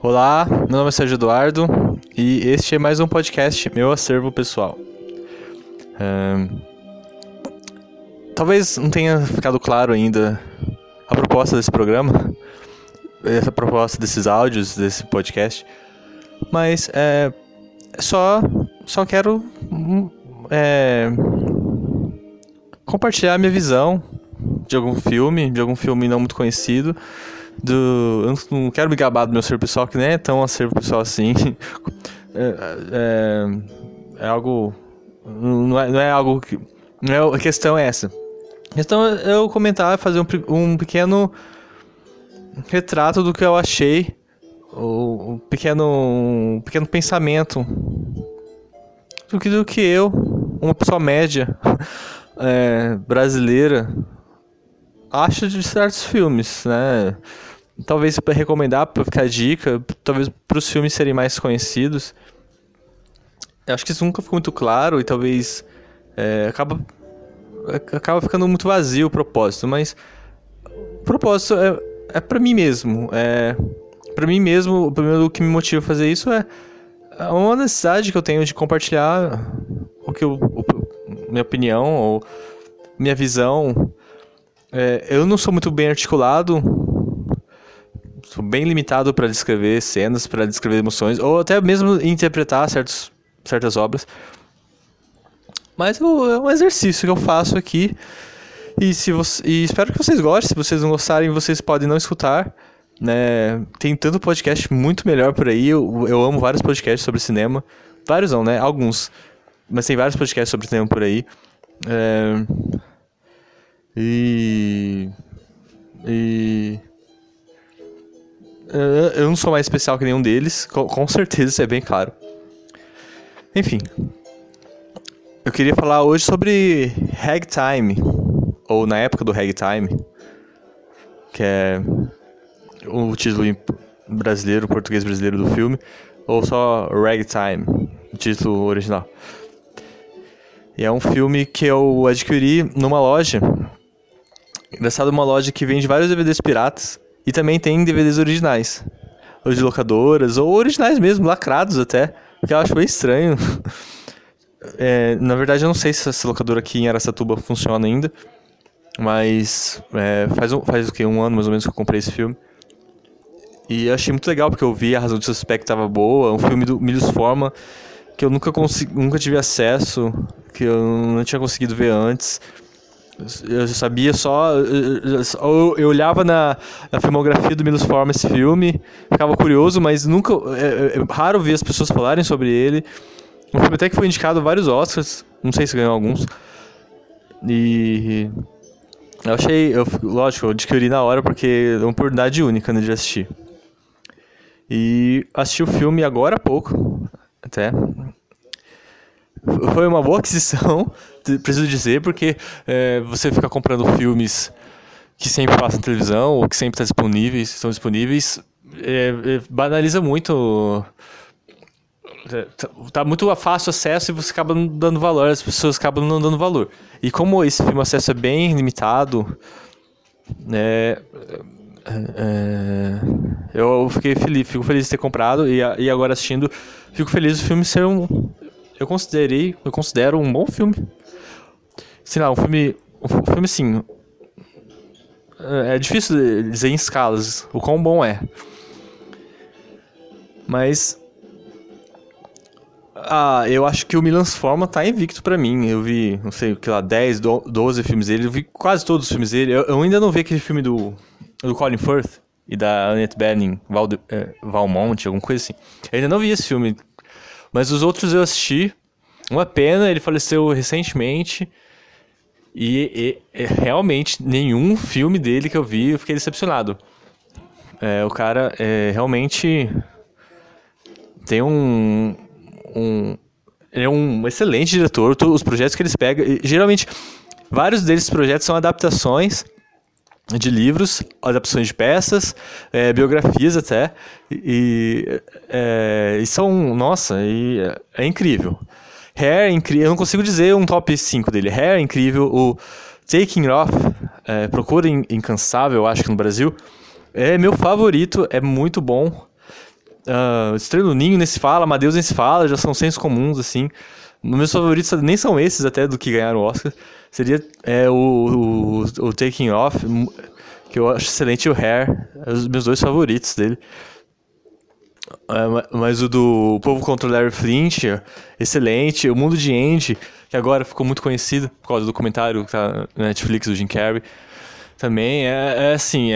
Olá, meu nome é Sérgio Eduardo e este é mais um podcast Meu Acervo Pessoal. Talvez não tenha ficado claro ainda a proposta desse programa, essa proposta desses áudios, desse podcast, mas só quero compartilhar minha visão de algum filme não muito conhecido. Eu não quero me gabar do meu acervo pessoal, que nem é tão acervo pessoal assim. É algo. Não é algo que. A questão é essa. A questão é eu comentar, fazer um pequeno retrato do que eu achei, um pequeno pensamento do que eu, uma pessoa média brasileira, acho de certos filmes, né? Talvez para recomendar, para ficar dica, talvez para os filmes serem mais conhecidos. Eu acho que isso nunca ficou muito claro e talvez acaba ficando muito vazio o propósito, mas o propósito é para mim mesmo. Para mim mesmo, o primeiro que me motiva a fazer isso é uma necessidade que eu tenho de compartilhar minha opinião ou minha visão. Eu não sou muito bem articulado, sou bem limitado para descrever cenas, para descrever emoções, ou até mesmo interpretar certas obras. Mas é um exercício que eu faço aqui, e espero que vocês gostem. Se vocês não gostarem, vocês podem não escutar, né? Tem tanto podcast muito melhor por aí. Eu amo vários podcasts sobre cinema. Vários não, né? Alguns. Mas tem vários podcasts sobre cinema por aí. Eu não sou mais especial que nenhum deles, com certeza, isso é bem claro. Enfim, eu queria falar hoje sobre Ragtime, ou Na Época do Ragtime, que é o título em brasileiro, português brasileiro do filme, ou só Ragtime, o título original. E é um filme que eu adquiri numa loja. Engraçado, uma loja que vende vários DVDs piratas e também tem DVDs originais, ou de locadoras, ou originais mesmo, lacrados até, que eu acho bem estranho. Na verdade, eu não sei se essa locadora aqui em Araçatuba funciona ainda, mas faz o quê? Um ano mais ou menos que eu comprei esse filme. E eu achei muito legal, porque eu vi A Razão de Suspect estava boa, um filme do Milos Forman que eu nunca tive acesso, que eu não tinha conseguido ver antes. Eu sabia só... Eu olhava na filmografia do Milos Forman esse filme, ficava curioso, mas nunca... É raro ver as pessoas falarem sobre ele. Um filme até que foi indicado a vários Oscars, não sei se ganhou alguns. E... Lógico, eu adquiri na hora, porque é uma oportunidade única, né, de assistir. E assisti o filme agora há pouco, até. Foi uma boa aquisição, preciso dizer, porque você fica comprando filmes que sempre passam na televisão, ou que sempre estão disponíveis, banaliza muito. Tá muito fácil acesso e você acaba não dando valor, as pessoas acabam não dando valor. E como esse filme, o acesso é bem limitado, eu fico feliz de ter comprado, e agora assistindo, fico feliz do filme ser eu considero um bom filme. Sei lá, um filme assim, é difícil dizer em escalas o quão bom é. Mas eu acho que o Milos Forman tá invicto pra mim. Eu vi, não sei, 10, 12 filmes dele. Eu vi quase todos os filmes dele. Eu ainda não vi aquele filme do Colin Firth e da Annette Bening, Valmont, alguma coisa assim. Eu ainda não vi esse filme. Mas os outros eu assisti. Uma pena, ele faleceu recentemente. E realmente, nenhum filme dele que eu vi, eu fiquei decepcionado. O cara realmente tem ele é um excelente diretor. Os projetos que eles pegam, geralmente, vários desses projetos são adaptações de livros, adaptações de peças, biografias até, e são, nossa, é incrível. Hair é incrível, eu não consigo dizer um top 5 dele. Hair é incrível, o Taking Off, Procura Incansável, acho que no Brasil, é meu favorito, é muito bom. Estranho no Ninho nem se fala, Amadeus nem se fala, já são sensos comuns, assim. Meus favoritos nem são esses até do que ganharam o Oscar. Seria o Taking Off, que eu acho excelente, e o Hair, os meus dois favoritos dele. Mas o do Povo contra o Larry Flint, excelente. O Mundo de Andy, que agora ficou muito conhecido por causa do documentário que tá na Netflix do Jim Carrey. Também assim,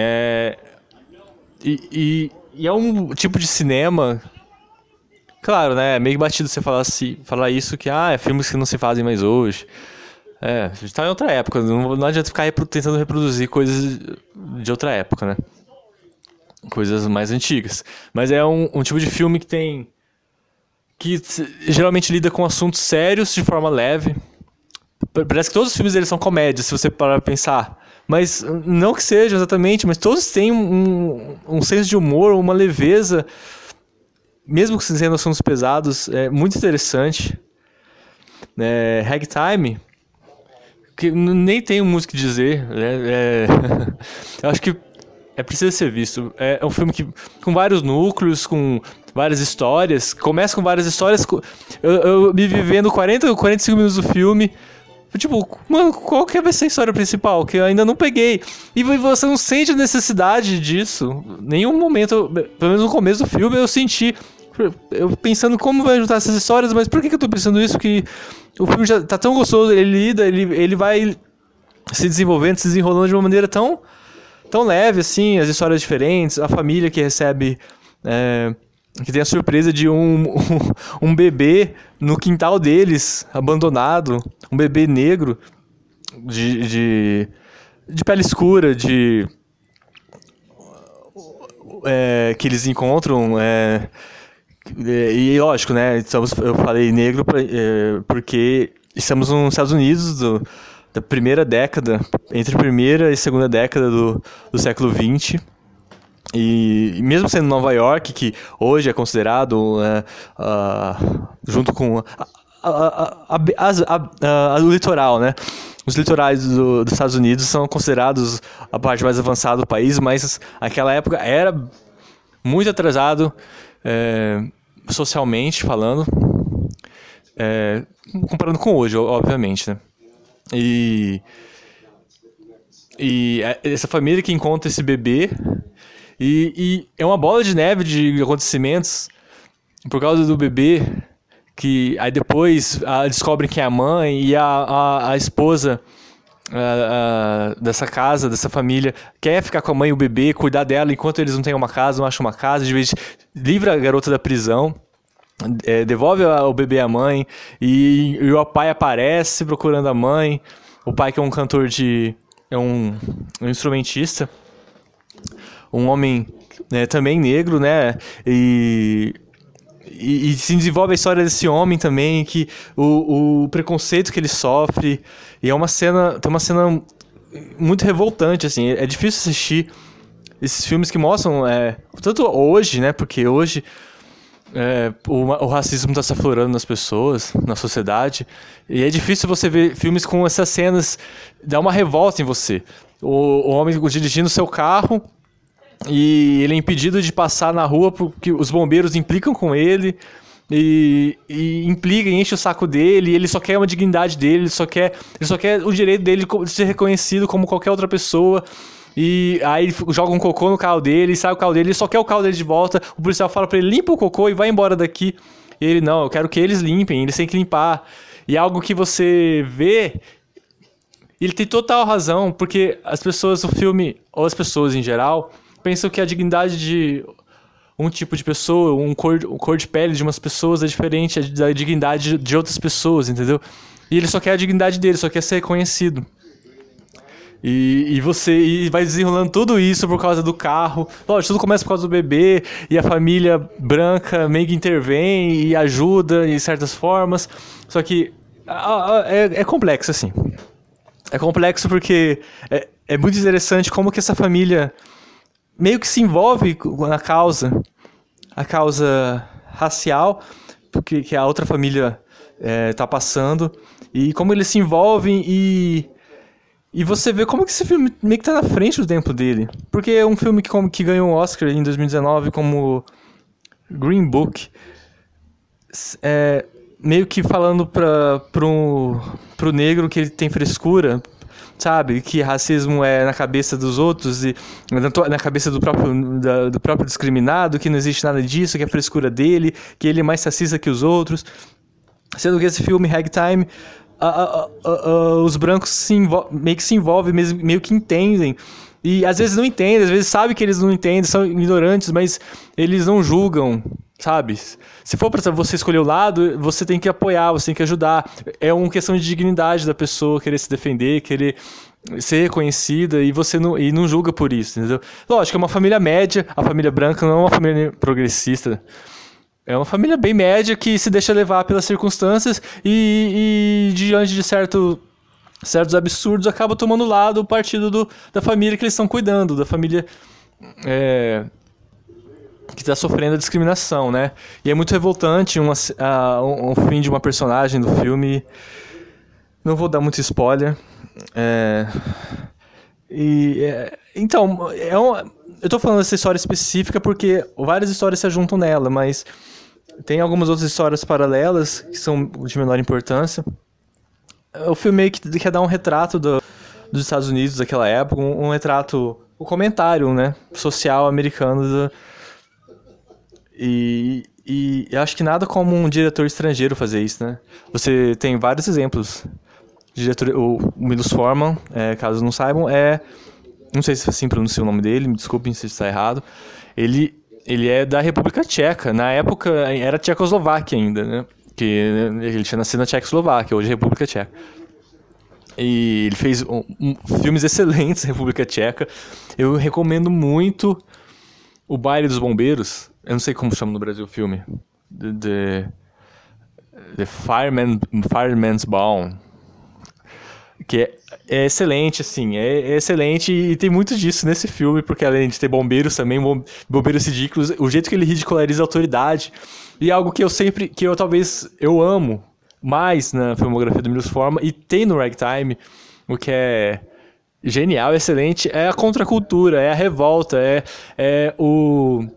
E é um tipo de cinema... Claro, né? É meio batido você falar isso, que é filmes que não se fazem mais hoje. A gente tá em outra época, não adianta ficar tentando reproduzir coisas de outra época, né? Coisas mais antigas. Mas é um tipo de filme que geralmente lida com assuntos sérios de forma leve. Parece que todos os filmes deles são comédias, se você parar pra pensar. Mas não que sejam exatamente, mas todos têm um senso de humor, uma leveza, mesmo sendo assuntos pesados, é muito interessante. Ragtime, que nem tenho muito o que dizer, né? Eu acho que preciso ser visto. É um filme com vários núcleos, com várias histórias. Começa com várias histórias. Eu me vivendo 45 minutos do filme. Tipo, mano, qual que vai ser a história principal? Que eu ainda não peguei. E você não sente a necessidade disso. Nenhum momento, pelo menos no começo do filme, eu senti. Eu pensando como vai juntar essas histórias, mas por que eu tô pensando isso? Que o filme já tá tão gostoso, ele vai se desenvolvendo, se desenrolando de uma maneira tão leve, assim, as histórias diferentes, a família que recebe, que tem a surpresa de um bebê no quintal deles, abandonado, um bebê negro, de pele escura, que eles encontram, e lógico, né, eu falei negro porque estamos nos Estados Unidos da primeira década, entre a primeira e segunda década do século XX, e mesmo sendo Nova York, que hoje é considerado, junto com o litoral, né? Os litorais dos Estados Unidos são considerados a parte mais avançada do país, mas naquela época era muito atrasado, socialmente falando, comparando com hoje, obviamente, né? E essa família que encontra esse bebê e é uma bola de neve de acontecimentos por causa do bebê, que aí depois descobrem que é a mãe e a esposa dessa casa, dessa família, quer ficar com a mãe e o bebê, cuidar dela enquanto eles não têm uma casa, não acham uma casa, de vez livra a garota da prisão, devolve o bebê à mãe, e o pai aparece procurando a mãe, o pai que é um cantor é um instrumentista, um homem, também negro, né, e se desenvolve a história desse homem também, que o preconceito que ele sofre, e tem uma cena muito revoltante, assim, é difícil assistir esses filmes que mostram, tanto hoje, né, porque hoje o racismo está se aflorando nas pessoas, na sociedade, e é difícil você ver filmes com essas cenas, dá uma revolta em você. O homem dirigindo seu carro, e ele é impedido de passar na rua porque os bombeiros implicam com ele, e enche o saco dele, e ele só quer uma dignidade dele, ele só quer o direito dele de ser reconhecido como qualquer outra pessoa. E aí ele joga um cocô no carro dele, sai o carro dele, ele só quer o carro dele de volta. O policial fala pra ele, limpa o cocô e vai embora daqui. E ele, não, eu quero que eles limpem, eles têm que limpar. E é algo que você vê, ele tem total razão, porque as pessoas do filme, ou as pessoas em geral, pensam que a dignidade de um tipo de pessoa, cor de pele de umas pessoas é diferente da dignidade de outras pessoas, entendeu? E ele só quer a dignidade dele, só quer ser reconhecido. E vai desenrolando tudo isso por causa do carro. Lógico, tudo começa por causa do bebê, e a família branca meio que intervém e ajuda de certas formas. Só que é complexo, assim. É complexo porque é muito interessante como que essa família meio que se envolve na causa. A causa racial, que a outra família tá passando. E como eles se envolvem e você vê como que esse filme meio que tá na frente do tempo dele. Porque é um filme que ganhou um Oscar em 2019 como Green Book, meio que falando pro negro que ele tem frescura, sabe? Que racismo é na cabeça dos outros e na cabeça do próprio discriminado, que não existe nada disso, que é a frescura dele, que ele é mais racista que os outros. Sendo que esse filme, Ragtime, os brancos meio que se envolvem, meio que entendem. E às vezes não entendem, às vezes sabem que eles não entendem, são ignorantes, mas eles não julgam, sabe? Se for pra você escolher o lado, você tem que apoiar, você tem que ajudar. É uma questão de dignidade da pessoa, querer se defender, querer ser reconhecida, e você não julga por isso, entendeu? Lógico, é uma família média, a família branca não é uma família progressista. É uma família bem média que se deixa levar pelas circunstâncias e diante de certos absurdos, acaba tomando lado o partido da família que eles estão cuidando, da família que está sofrendo a discriminação, né? E é muito revoltante um fim de uma personagem do filme. Não vou dar muito spoiler. Então, eu tô falando dessa história específica porque várias histórias se juntam nela, mas tem algumas outras histórias paralelas que são de menor importância. O filme meio que quer dar um retrato dos Estados Unidos daquela época, um retrato, um comentário, né, social americano. E eu acho que nada como um diretor estrangeiro fazer isso, né? Você tem vários exemplos. O Milos Forman, caso não saibam, não sei se assim pronuncia o nome dele, me desculpem se está errado. Ele é da República Tcheca. Na época era Tchecoslováquia ainda, né? Que ele tinha nascido na Tchecoslováquia, hoje é República Tcheca. E ele fez filmes excelentes na República Tcheca. Eu recomendo muito O Baile dos Bombeiros. Eu não sei como chama no Brasil o filme. The Fireman's Ball. Que é excelente, assim. É excelente e tem muito disso nesse filme, porque além de ter bombeiros também, bombeiros ridículos, o jeito que ele ridiculariza a autoridade. E algo que eu amo mais na filmografia do Milos Forman, e tem no Ragtime, o que é genial, excelente, é a contracultura, é a revolta, é o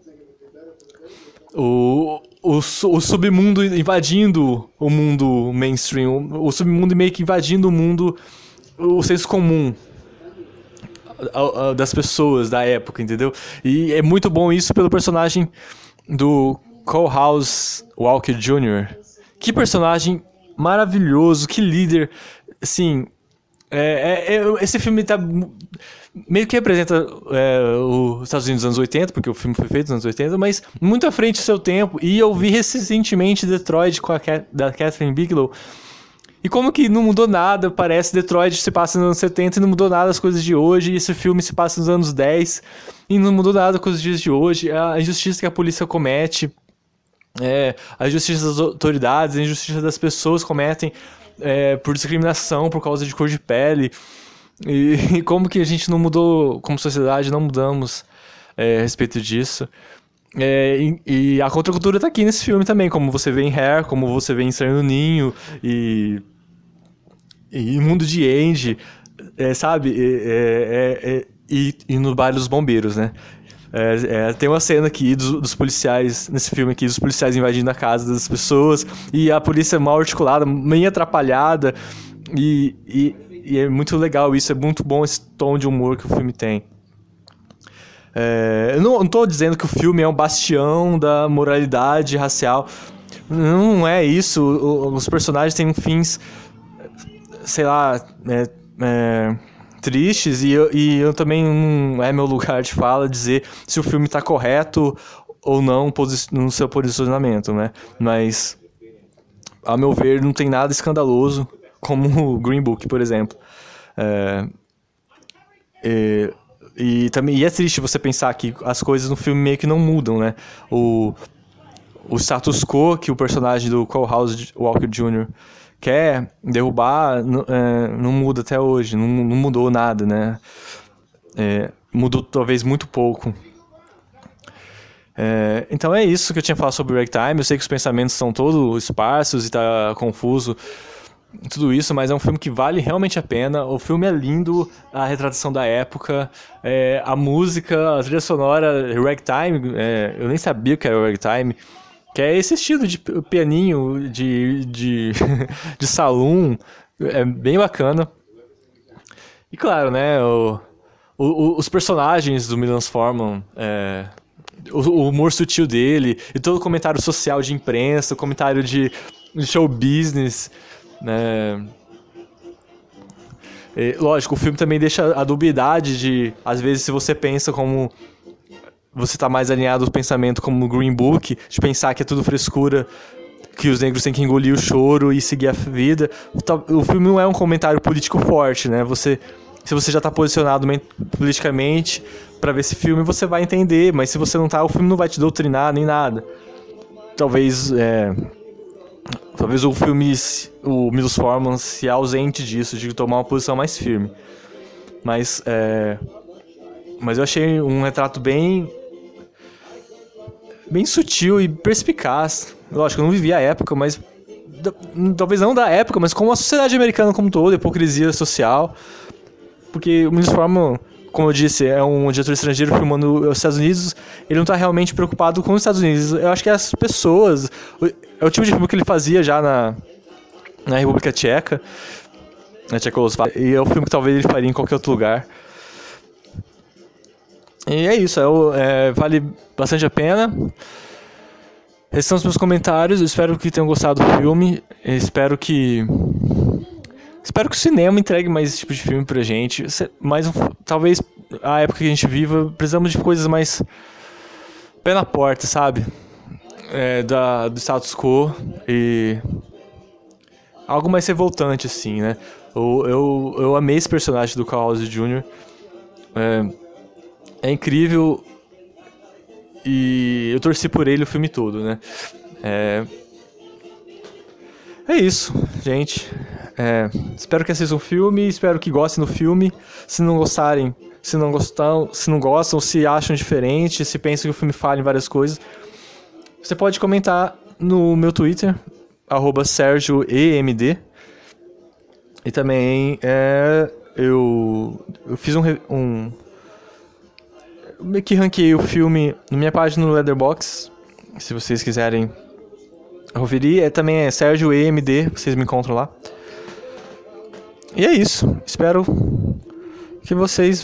submundo invadindo o mundo mainstream, o submundo meio que invadindo o mundo, o senso comum das pessoas da época, entendeu? E é muito bom isso pelo personagem do Colehouse Walker Jr. Que personagem maravilhoso, que líder, assim, esse filme meio que representa os Estados Unidos dos anos 80, porque o filme foi feito nos anos 80, mas muito à frente do seu tempo, e eu vi recentemente Detroit da Catherine Bigelow, e como que não mudou nada, parece Detroit se passa nos anos 70 e não mudou nada as coisas de hoje, e esse filme se passa nos anos 10 e não mudou nada com os dias de hoje, a injustiça que a polícia comete, a injustiça das autoridades, a injustiça das pessoas cometem por discriminação, por causa de cor de pele, e como que a gente não mudou, como sociedade, não mudamos a respeito disso. E a contracultura tá aqui nesse filme também, como você vê em Hair, como você vê em Estranho no Ninho, e Mundo de Angie, sabe? E no Baile dos Bombeiros, né? Tem uma cena aqui dos policiais, nesse filme aqui, dos policiais invadindo a casa das pessoas, e a polícia mal articulada, meio atrapalhada, e é muito legal isso, é muito bom esse tom de humor que o filme tem. Eu não tô dizendo que o filme é um bastião da moralidade racial, não é isso, os personagens têm fins, sei lá, tristes, e eu também não é meu lugar de fala dizer se o filme está correto ou não no seu posicionamento, né? Mas, a meu ver, não tem nada escandaloso como o Green Book, por exemplo. E é triste você pensar que as coisas no filme meio que não mudam, né? O status quo que o personagem do Colehouse Walker Jr. quer derrubar não muda até hoje, não mudou nada, né? Mudou talvez muito pouco. Então é isso que eu tinha falado sobre o Ragtime. Eu sei que os pensamentos são todos esparsos e tá confuso, tudo isso, mas é um filme que vale realmente a pena. O filme é lindo, a retratação da época, a música, a trilha sonora, ragtime, eu nem sabia que era ragtime, que é esse estilo de pianinho, de saloon, é bem bacana. E claro, né, os personagens do Milos Forman, o humor sutil dele, e todo o comentário social de imprensa, o comentário de show business, né? E, lógico, o filme também deixa a dubiedade de, às vezes, se você pensa como... Você tá mais alinhado ao pensamento como no Green Book, de pensar que é tudo frescura, que os negros têm que engolir o choro e seguir a vida. O filme não é um comentário político forte, né? Se você já tá posicionado politicamente pra ver esse filme, você vai entender, mas se você não tá, o filme não vai te doutrinar nem nada. Talvez o filme, o Milos Forman, se ausente disso, de tomar uma posição mais firme. Mas eu achei um retrato bem sutil e perspicaz. Lógico, eu não vivi a época, mas... Talvez não da época, mas como a sociedade americana como um todo, a hipocrisia social. Porque o Milos Forman, como eu disse, é um diretor estrangeiro filmando os Estados Unidos. Ele não tá realmente preocupado com os Estados Unidos. Eu acho que as pessoas... É o tipo de filme que ele fazia já na República Tcheca, na Tchecoslováquia. E é o filme que talvez ele faria em qualquer outro lugar. E é isso, vale bastante a pena. Esses são os meus comentários. Eu espero que tenham gostado do filme. Espero que o cinema entregue mais esse tipo de filme pra gente. Talvez a época que a gente viva, precisamos de coisas mais pé na porta, sabe? Do status quo e algo mais revoltante, assim, né? Eu amei esse personagem do Carl House Jr. É incrível e eu torci por ele o filme todo, né? É isso, gente. Espero que assistam o filme, espero que gostem do filme. Se não gostarem, se não gostam, se acham diferente, se pensam que o filme fala em várias coisas, você pode comentar no meu Twitter, @SergioEMD. E também eu fiz meio que ranqueei o filme na minha página no Letterboxd, se vocês quiserem conferir. Também é Sérgio EMD, vocês me encontram lá. E é isso. Espero que vocês,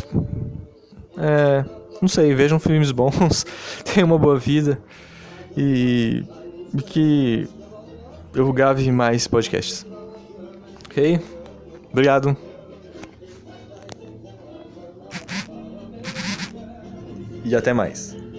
não sei, vejam filmes bons, tenham uma boa vida e que eu grave mais podcasts. Ok? Obrigado. E até mais.